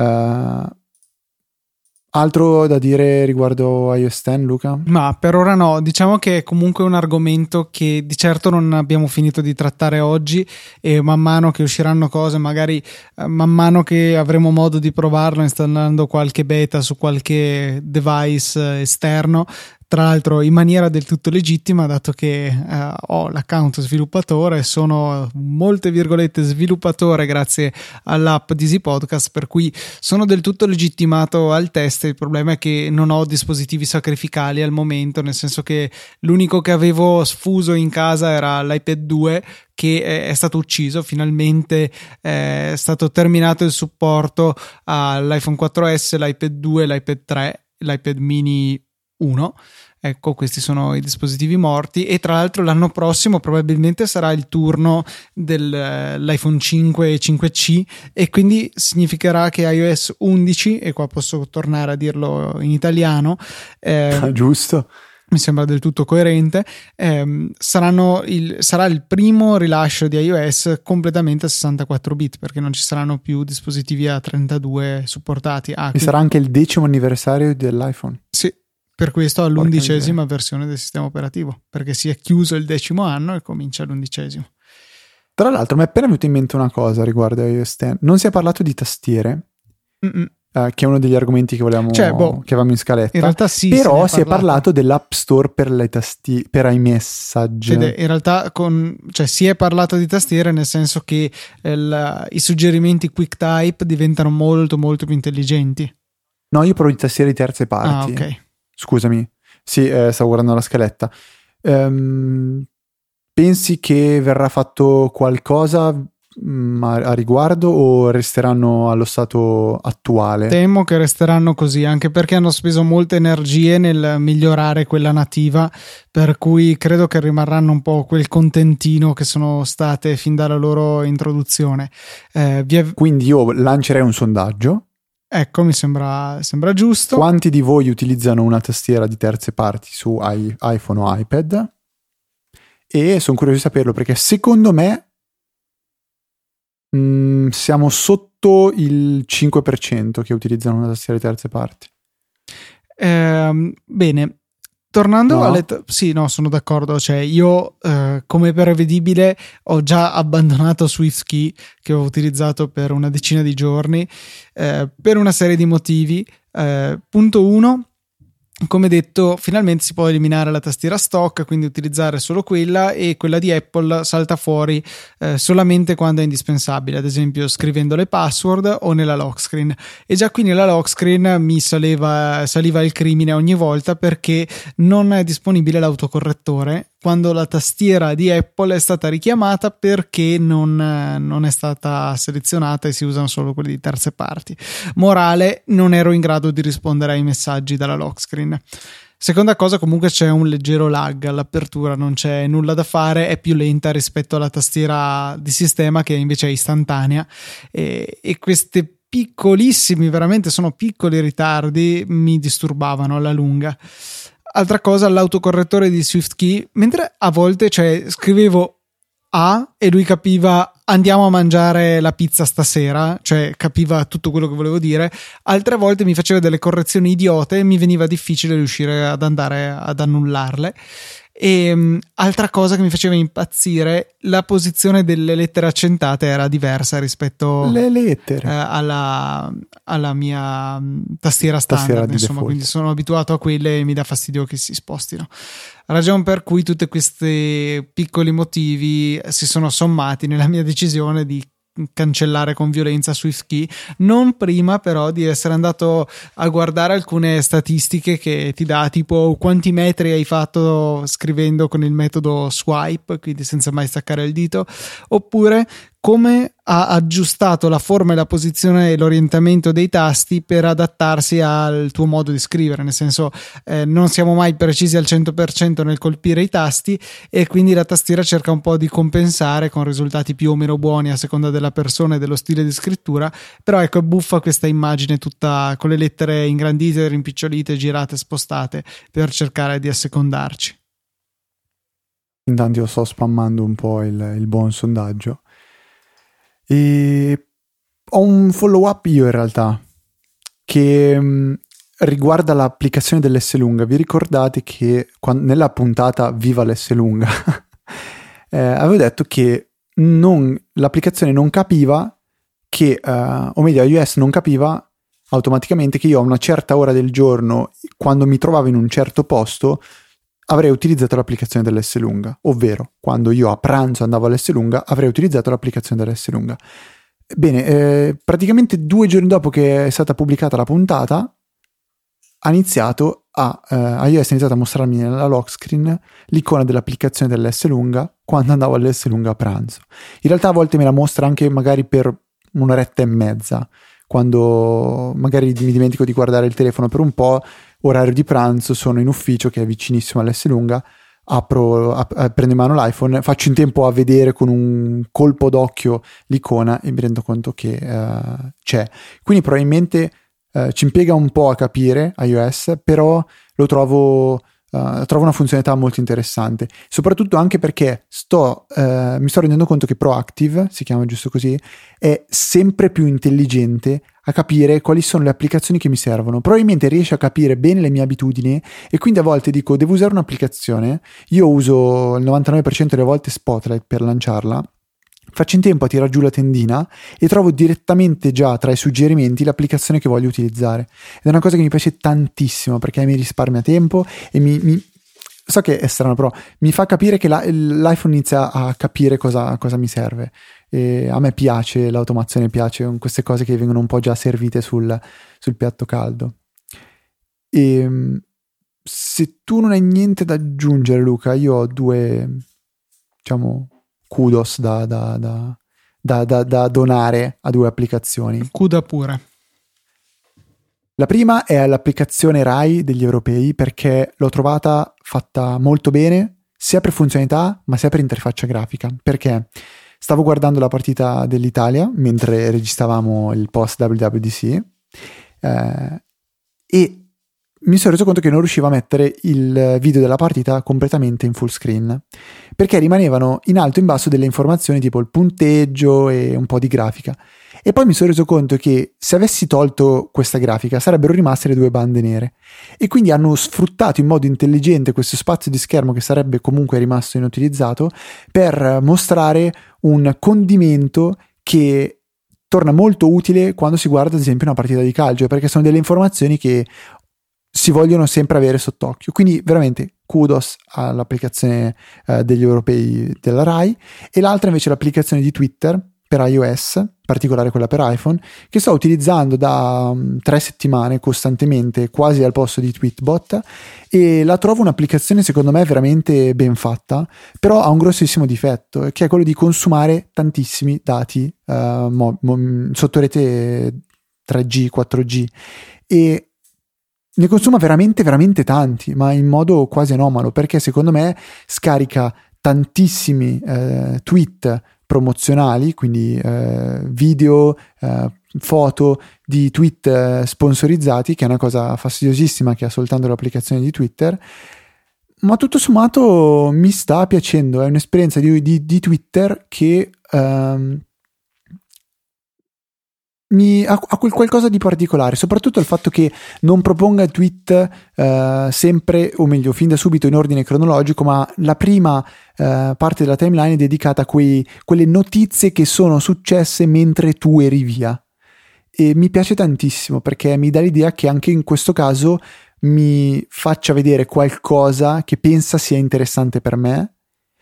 Altro da dire riguardo iOS X, Luca? Ma per ora no, diciamo che è comunque un argomento che di certo non abbiamo finito di trattare oggi, e man mano che usciranno cose, magari man mano che avremo modo di provarlo installando qualche beta su qualche device esterno, tra l'altro in maniera del tutto legittima, dato che ho l'account sviluppatore, sono molte virgolette sviluppatore grazie all'app di Easy Podcast, per cui sono del tutto legittimato al test. Il problema è che non ho dispositivi sacrificali al momento, nel senso che l'unico che avevo sfuso in casa era l'iPad 2, che è stato ucciso. Finalmente è stato terminato il supporto all'iPhone 4S, l'iPad 2, l'iPad 3, l'iPad mini 1. Ecco, questi sono i dispositivi morti, e tra l'altro l'anno prossimo probabilmente sarà il turno dell'iPhone 5 e 5C, e quindi significherà che iOS 11, e qua posso tornare a dirlo in italiano, giusto, mi sembra del tutto coerente, sarà il primo rilascio di iOS completamente a 64 bit, perché non ci saranno più dispositivi a 32 supportati. E sarà anche il 10° anniversario dell'iPhone. Sì, per questo all'11ª versione del sistema operativo, perché si è chiuso il 10° anno e comincia l'11º. Tra l'altro mi è appena venuta in mente una cosa riguardo iOS X. Non si è parlato di tastiere, che è uno degli argomenti che volevamo, che avevamo in scaletta. In realtà sì, però si è parlato dell'App Store per per iMessage. In realtà si è parlato di tastiere, nel senso che i suggerimenti QuickType diventano molto molto più intelligenti. No, io parlo di tastiere di terze parti. Ah, ok. Scusami. Sì, stavo guardando la scaletta. Pensi che verrà fatto qualcosa a riguardo, o resteranno allo stato attuale? Temo che resteranno così, anche perché hanno speso molte energie nel migliorare quella nativa, per cui credo che rimarranno un po' quel contentino che sono state fin dalla loro introduzione. Quindi io lancerei un sondaggio. Ecco, mi sembra giusto. Quanti di voi utilizzano una tastiera di terze parti su iPhone o iPad? E sono curioso di saperlo, perché secondo me siamo sotto il 5% che utilizzano una tastiera di terze parti. Bene, tornando alle... Sì, no, sono d'accordo. Cioè, io, come prevedibile, ho già abbandonato SwiftKey, che ho utilizzato per una decina di giorni, per una serie di motivi. Punto 1. Come detto, finalmente si può eliminare la tastiera stock, quindi utilizzare solo quella, e quella di Apple salta fuori solamente quando è indispensabile, ad esempio scrivendo le password o nella lock screen. E già qui nella lock screen mi saliva il crimine ogni volta, perché non è disponibile l'autocorrettore quando la tastiera di Apple è stata richiamata, perché non è stata selezionata e si usano solo quelli di terze parti. Morale, non ero in grado di rispondere ai messaggi dalla lock screen. Seconda cosa, comunque c'è un leggero lag all'apertura, non c'è nulla da fare, è più lenta rispetto alla tastiera di sistema, che invece è istantanea, e queste piccolissimi, veramente sono piccoli ritardi, mi disturbavano alla lunga. Altra cosa, l'autocorrettore di SwiftKey, mentre a volte, scrivevo A e lui capiva andiamo a mangiare la pizza stasera, cioè capiva tutto quello che volevo dire, altre volte mi faceva delle correzioni idiote e mi veniva difficile riuscire ad andare ad annullarle. E altra cosa che mi faceva impazzire, la posizione delle lettere accentate era diversa rispetto le lettere alla mia tastiera standard, insomma, quindi sono abituato a quelle e mi dà fastidio che si spostino. Ragione per cui tutti questi piccoli motivi si sono sommati nella mia decisione di cancellare con violenza SwiftKey, non prima però di essere andato a guardare alcune statistiche che ti dà, tipo quanti metri hai fatto scrivendo con il metodo swipe, quindi senza mai staccare il dito, oppure come ha aggiustato la forma e la posizione e l'orientamento dei tasti per adattarsi al tuo modo di scrivere, nel senso non siamo mai precisi al 100% nel colpire i tasti e quindi la tastiera cerca un po' di compensare con risultati più o meno buoni a seconda della persona e dello stile di scrittura, però ecco, è buffa questa immagine tutta con le lettere ingrandite, rimpicciolite, girate, spostate per cercare di assecondarci. Intanto io sto spammando un po' il buon sondaggio e ho un follow up io in realtà che riguarda l'applicazione dell'S lunga. Vi ricordate che nella puntata Viva l'S lunga avevo detto che l'applicazione non capiva che, o meglio iOS non capiva automaticamente che io a una certa ora del giorno, quando mi trovavo in un certo posto, avrei utilizzato l'applicazione dell'S lunga, ovvero quando io a pranzo andavo all'S lunga avrei utilizzato l'applicazione dell'S lunga. Bene, praticamente 2 giorni dopo che è stata pubblicata la puntata iOS ha iniziato a mostrarmi nella lock screen l'icona dell'applicazione dell'S lunga quando andavo all'S lunga a pranzo. In realtà a volte me la mostra anche magari per un'oretta e mezza, quando magari mi dimentico di guardare il telefono per un po', orario di pranzo, sono in ufficio che è vicinissimo all'S lunga, prendo in mano l'iPhone, faccio in tempo a vedere con un colpo d'occhio l'icona e mi rendo conto che c'è. Quindi probabilmente ci impiega un po' a capire iOS, però lo trovo una funzionalità molto interessante, soprattutto anche perché mi sto rendendo conto che Proactive, si chiama giusto così, è sempre più intelligente a capire quali sono le applicazioni che mi servono. Probabilmente riesce a capire bene le mie abitudini e quindi a volte dico devo usare un'applicazione, io uso il 99% delle volte Spotlight per lanciarla, faccio in tempo a tirare giù la tendina e trovo direttamente già tra i suggerimenti l'applicazione che voglio utilizzare, ed è una cosa che mi piace tantissimo perché mi risparmia tempo e so che è strano, però mi fa capire che l'iPhone inizia a capire cosa mi serve. E a me piace l'automazione, piace queste cose che vengono un po' già servite sul piatto caldo. E se tu non hai niente da aggiungere, Luca, io ho 2, diciamo, kudos da donare a 2 applicazioni. Cuda pure. La prima è l'applicazione Rai degli europei, perché l'ho trovata fatta molto bene sia per funzionalità ma sia per interfaccia grafica, perché stavo guardando la partita dell'Italia mentre registravamo il post WWDC e mi sono reso conto che non riuscivo a mettere il video della partita completamente in full screen, perché rimanevano in alto e in basso delle informazioni tipo il punteggio e un po' di grafica. E poi mi sono reso conto che se avessi tolto questa grafica sarebbero rimaste le 2 bande nere, e quindi hanno sfruttato in modo intelligente questo spazio di schermo che sarebbe comunque rimasto inutilizzato per mostrare un condimento che torna molto utile quando si guarda ad esempio una partita di calcio, perché sono delle informazioni che si vogliono sempre avere sott'occhio. Quindi veramente kudos all'applicazione degli europei della Rai. E l'altra invece è l'applicazione di Twitter per iOS, in particolare quella per iPhone, che sto utilizzando da 3 settimane costantemente, quasi al posto di Tweetbot, e la trovo un'applicazione secondo me veramente ben fatta, però ha un grossissimo difetto, che è quello di consumare tantissimi dati sotto rete 3G, 4G, e ne consuma veramente veramente tanti, ma in modo quasi anomalo, perché secondo me scarica tantissimi tweet promozionali, quindi video, foto di tweet sponsorizzati, che è una cosa fastidiosissima che ha soltanto l'applicazione di Twitter, ma tutto sommato mi sta piacendo. È un'esperienza di Twitter che ha qualcosa di particolare, soprattutto il fatto che non proponga tweet sempre, o meglio fin da subito, in ordine cronologico, ma la prima parte della timeline è dedicata a quelle notizie che sono successe mentre tu eri via, e mi piace tantissimo perché mi dà l'idea che anche in questo caso mi faccia vedere qualcosa che pensa sia interessante per me,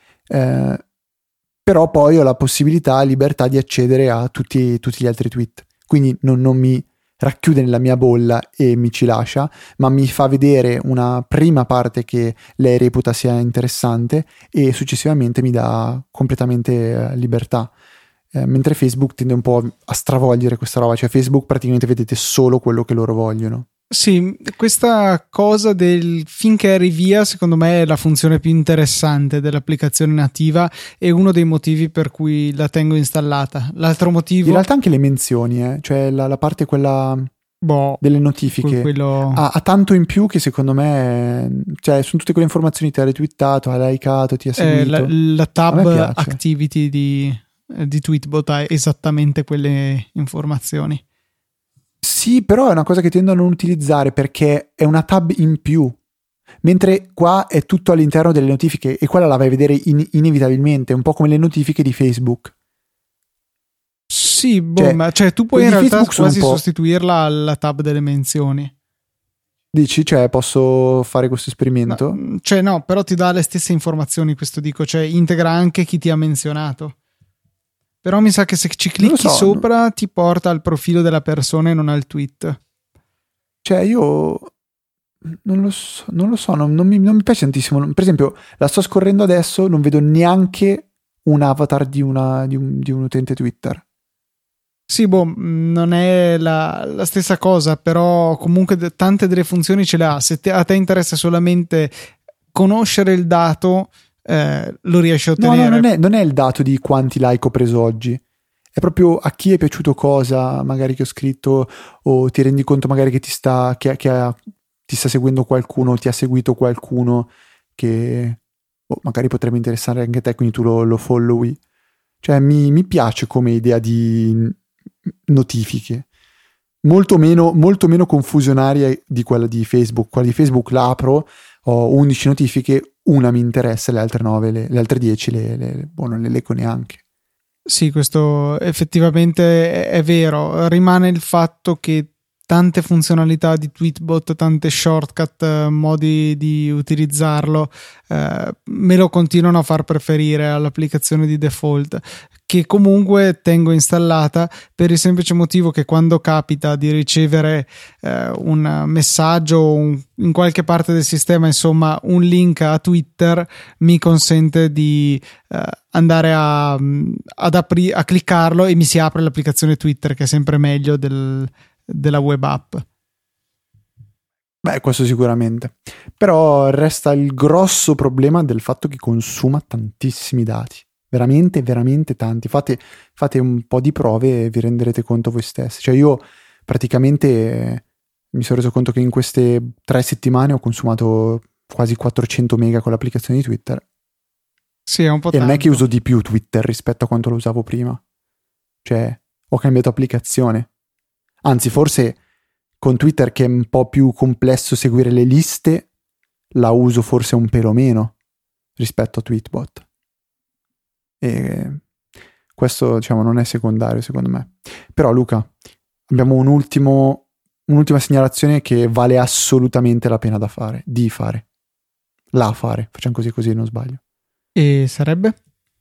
però poi ho la possibilità, la libertà di accedere a tutti gli altri tweet. Quindi non mi racchiude nella mia bolla e mi ci lascia, ma mi fa vedere una prima parte che lei reputa sia interessante e successivamente mi dà completamente libertà. mentre Facebook tende un po' a stravolgere questa roba, cioè Facebook praticamente vedete solo quello che loro vogliono. Sì, questa cosa del finché arrivi via, secondo me è la funzione più interessante dell'applicazione nativa e uno dei motivi per cui la tengo installata. L'altro motivo... In realtà anche le menzioni, cioè la parte quella delle notifiche quello... ha tanto in più che secondo me, cioè sono tutte quelle informazioni, ti ha retweetato, ha likeato, ti ha seguito. La tab activity di Tweetbot ha esattamente quelle informazioni. Sì, però è una cosa che tendo a non utilizzare perché è una tab in più, mentre qua è tutto all'interno delle notifiche e quella la vai a vedere inevitabilmente, un po' come le notifiche di Facebook. Sì, ma tu puoi in realtà quasi sostituirla alla tab delle menzioni. Dici, cioè posso fare questo esperimento? No, però ti dà le stesse informazioni, questo dico, cioè integra anche chi ti ha menzionato. Però mi sa che se ci clicchi sopra ti porta al profilo della persona e non al tweet. Cioè io non lo so, non mi piace tantissimo. Per esempio, la sto scorrendo adesso, non vedo neanche un avatar di un utente Twitter. Sì, non è la stessa cosa, però comunque tante delle funzioni ce le ha. Se a te interessa solamente conoscere il dato, lo riesci a ottenere. No, non è il dato di quanti like ho preso oggi. È proprio a chi è piaciuto cosa, magari che ho scritto, o ti rendi conto magari che ti sta seguendo qualcuno, o ti ha seguito qualcuno che magari potrebbe interessare anche a te, quindi tu lo followi. Cioè mi piace come idea di notifiche. Molto meno confusionaria di quella di Facebook. Quella di Facebook la apro, ho 11 notifiche, una mi interessa, le altre 9, le altre 10 non le leggo neanche. Sì, questo effettivamente è vero. Rimane il fatto che tante funzionalità di Tweetbot, tante shortcut, modi di utilizzarlo, me lo continuano a far preferire all'applicazione di default, che comunque tengo installata per il semplice motivo che quando capita di ricevere un messaggio in qualche parte del sistema, insomma un link a Twitter, mi consente di andare a cliccarlo e mi si apre l'applicazione Twitter, che è sempre meglio della web app. Beh, questo sicuramente. Però resta il grosso problema del fatto che consuma tantissimi dati. Veramente, veramente tanti. Fate un po' di prove e vi renderete conto voi stessi. Cioè io praticamente mi sono reso conto che in queste 3 settimane ho consumato quasi 400 mega con l'applicazione di Twitter. Sì, è un po' e tanto. Non è che uso di più Twitter rispetto a quanto lo usavo prima. Cioè, ho cambiato applicazione. Anzi, forse con Twitter, che è un po' più complesso seguire le liste, la uso forse un pelo meno rispetto a Tweetbot. E questo, diciamo, non è secondario secondo me. Però Luca, abbiamo un'ultima segnalazione che vale assolutamente la pena di fare. Facciamo così non sbaglio. E sarebbe?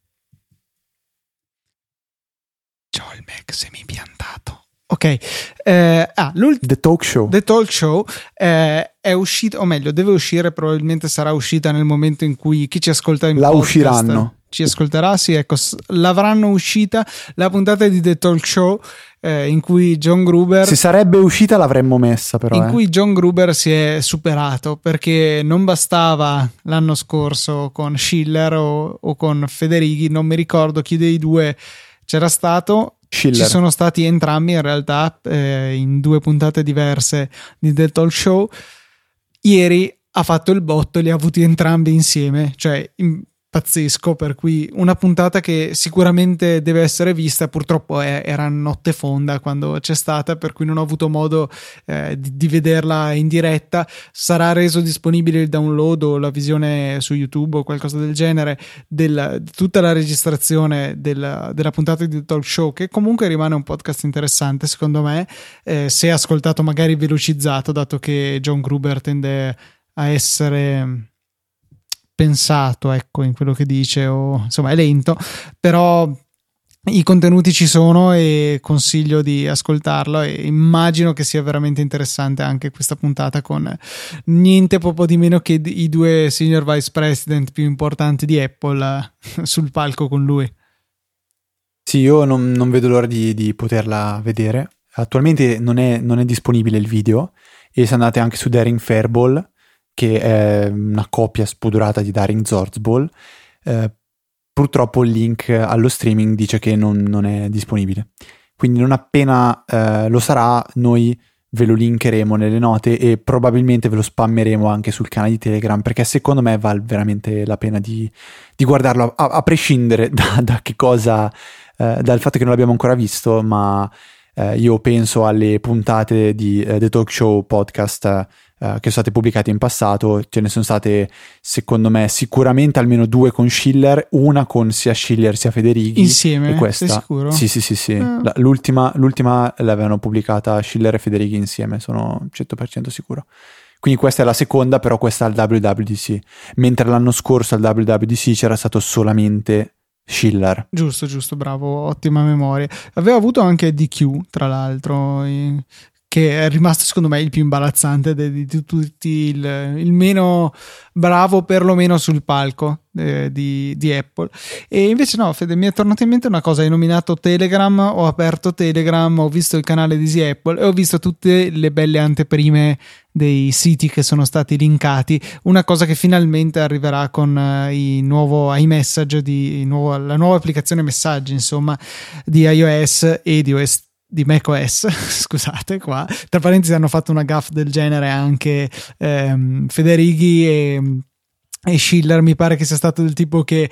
C'ho il Mac semipiantato. Ok, The Talk Show è uscito, o meglio, deve uscire, probabilmente sarà uscita nel momento in cui chi ci ascolta in podcast usciranno. Ci ascolterà, sì, ecco, l'avranno uscita la puntata di The Talk Show in cui John Gruber, se sarebbe uscita l'avremmo messa, però in cui John Gruber si è superato, perché non bastava l'anno scorso con Schiller o con Federighi, non mi ricordo chi dei due c'era stato. Schiller. Ci sono stati entrambi in realtà in 2 puntate diverse di The Talk Show. Ieri ha fatto il botto e li ha avuti entrambi insieme, cioè pazzesco, per cui una puntata che sicuramente deve essere vista. Purtroppo era notte fonda quando c'è stata, per cui non ho avuto modo di vederla in diretta. Sarà reso disponibile il download o la visione su YouTube o qualcosa del genere di tutta la registrazione della puntata di The Talk Show, che comunque rimane un podcast interessante secondo me, se ascoltato magari velocizzato, dato che John Gruber tende a essere pensato, ecco, in quello che dice, o insomma è lento, però i contenuti ci sono e consiglio di ascoltarlo, e immagino che sia veramente interessante anche questa puntata, con niente poco di meno che i 2 senior vice president più importanti di Apple sul palco con lui. Sì, io non vedo l'ora di poterla vedere. Attualmente non è disponibile il video, e se andate anche su Daring Fairball, che è una copia spudorata di Daring Zorzball, purtroppo il link allo streaming dice che non è disponibile. Quindi non appena lo sarà, noi ve lo linkeremo nelle note e probabilmente ve lo spammeremo anche sul canale di Telegram, perché secondo me vale veramente la pena di guardarlo, a prescindere da che cosa, dal fatto che non l'abbiamo ancora visto, ma io penso alle puntate di The Talk Show podcast che sono state pubblicate in passato. Ce ne sono state, secondo me, sicuramente almeno 2 con Schiller, una con sia Schiller sia Federighi. Insieme? E questa, sei sicuro? Sì. L'ultima l'avevano pubblicata Schiller e Federighi insieme, sono 100% sicuro. Quindi questa è la seconda, però questa al WWDC. Mentre l'anno scorso al WWDC c'era stato solamente Schiller. Giusto, bravo, ottima memoria. Aveva avuto anche DQ, tra l'altro, che è rimasto secondo me il più imbarazzante di tutti, il meno bravo perlomeno sul palco di Apple. E invece no, Fede, mi è tornata in mente una cosa: hai nominato Telegram, ho aperto Telegram, ho visto il canale di Easy Apple e ho visto tutte le belle anteprime dei siti che sono stati linkati, una cosa che finalmente arriverà con il nuovo iMessage, la nuova applicazione messaggi, insomma, di iOS e di macOS. Scusate, qua tra parentesi hanno fatto una gaffe del genere anche Federighi e Schiller. Mi pare che sia stato del tipo che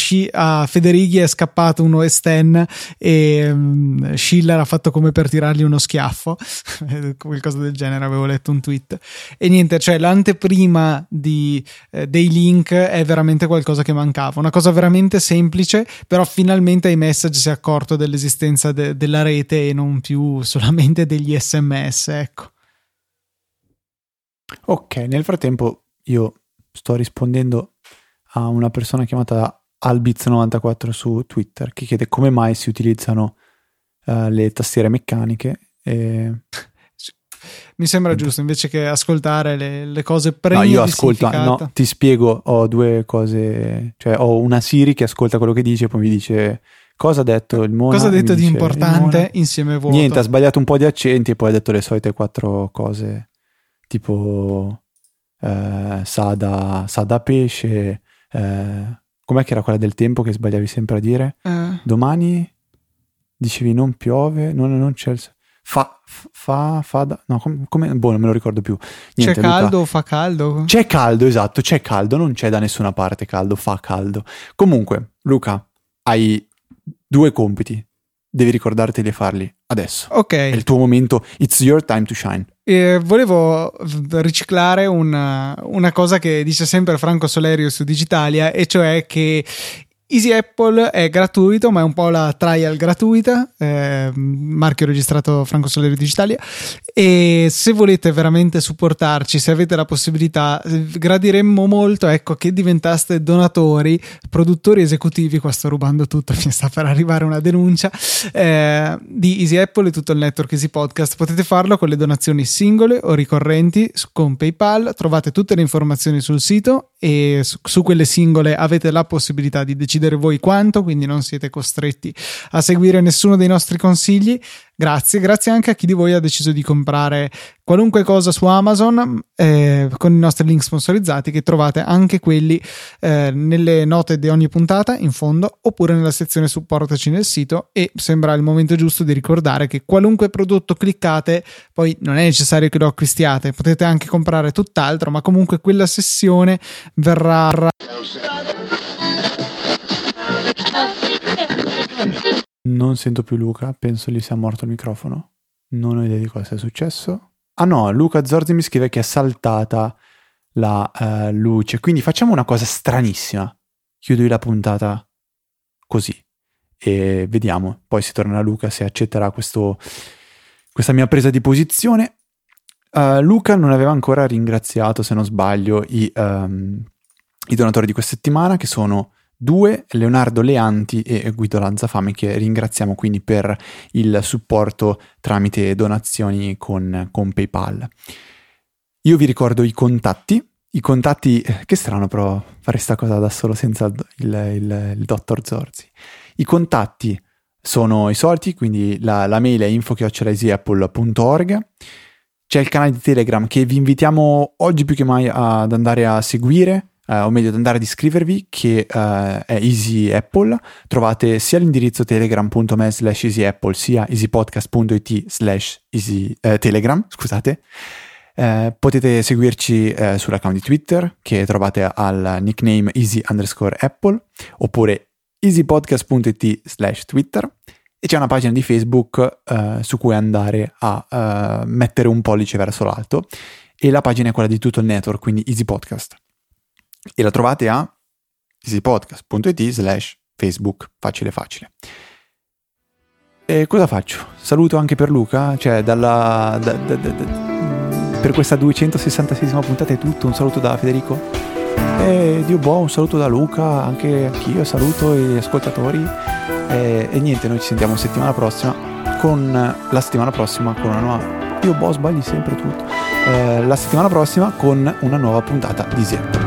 a Federighi è scappato un OS X e Schiller ha fatto come per tirargli uno schiaffo, qualcosa del genere, avevo letto un tweet. E niente, cioè l'anteprima dei link è veramente qualcosa che mancava, una cosa veramente semplice, però finalmente iMessage si è accorto dell'esistenza della rete e non più solamente degli SMS, ecco. Ok, nel frattempo io sto rispondendo a una persona chiamata Albiz94 su Twitter, che chiede come mai si utilizzano le tastiere meccaniche. Mi sembra giusto, invece che ascoltare le cose No, io ascolto, no, ti spiego, ho 2 cose, cioè ho una Siri che ascolta quello che dice e poi mi dice cosa ha detto il Mona. Cosa ha detto di dice, importante insieme vuoto. Niente, ha sbagliato un po' di accenti e poi ha detto le solite 4 cose, tipo sa da pesce, com'è che era quella del tempo che sbagliavi sempre a dire? Domani dicevi non piove, non c'è il no, come non me lo ricordo più. Niente, c'è caldo, Luca, fa caldo? c'è caldo, esatto, c'è caldo, non c'è da nessuna parte caldo, fa caldo. Comunque, Luca, hai 2 compiti, devi ricordarti di farli adesso. Ok. È il tuo momento, it's your time to shine. Volevo riciclare una cosa che dice sempre Franco Solerio su Digitalia, e cioè che Easy Apple è gratuito, ma è un po' la trial gratuita, marchio registrato Franco Solerio Digitalia, e se volete veramente supportarci, se avete la possibilità, gradiremmo molto, ecco, che diventaste donatori, produttori esecutivi. Qua sto rubando tutto, mi sta per arrivare una denuncia, di Easy Apple e tutto il network Easy Podcast. Potete farlo con le donazioni singole o ricorrenti con PayPal, trovate tutte le informazioni sul sito, e su quelle singole avete la possibilità di decidere voi quanto, quindi non siete costretti a seguire nessuno dei nostri consigli. Grazie anche a chi di voi ha deciso di comprare qualunque cosa su Amazon con i nostri link sponsorizzati, che trovate anche quelli nelle note di ogni puntata in fondo, oppure nella sezione supportaci nel sito. E sembra il momento giusto di ricordare che qualunque prodotto cliccate poi non è necessario che lo acquistiate, potete anche comprare tutt'altro, ma comunque quella sessione verrà. Non sento più Luca, penso gli sia morto il microfono. Non ho idea di cosa sia successo. Ah no, Luca Zorzi mi scrive che è saltata la luce. Quindi facciamo una cosa stranissima. Chiudo la puntata così e vediamo. Poi si tornerà Luca se accetterà questa mia presa di posizione. Luca non aveva ancora ringraziato, se non sbaglio, i donatori di questa settimana, che sono 2, Leonardo Leanti e Guido Lanzafame, che ringraziamo quindi per il supporto tramite donazioni con PayPal. Io vi ricordo i contatti, che strano però fare sta cosa da solo senza il dottor Zorzi. I contatti sono i soliti, quindi la mail è info@easyapple.org. C'è il canale di Telegram che vi invitiamo oggi più che mai ad andare a seguire, o meglio ad andare ad iscrivervi, che è Easy Apple. Trovate sia l'indirizzo telegram.me/easyapple sia easypodcast.it/telegram, scusate. Potete seguirci sull'account di Twitter che trovate al nickname easy_apple oppure easypodcast.it/Twitter, e c'è una pagina di Facebook su cui andare a mettere un pollice verso l'alto, e la pagina è quella di tutto il network, quindi Easy Podcast, e la trovate a easypodcast.it/Facebook, facile. E cosa faccio? Saluto anche per Luca, cioè per questa 266esima puntata è tutto. Un saluto da Federico e Dio buono, un saluto da Luca, anche anch'io saluto gli ascoltatori, e niente, noi ci sentiamo la settimana prossima con una nuova... Dio boh, sbagli sempre tutto. La settimana prossima con una nuova puntata di Easy Apple.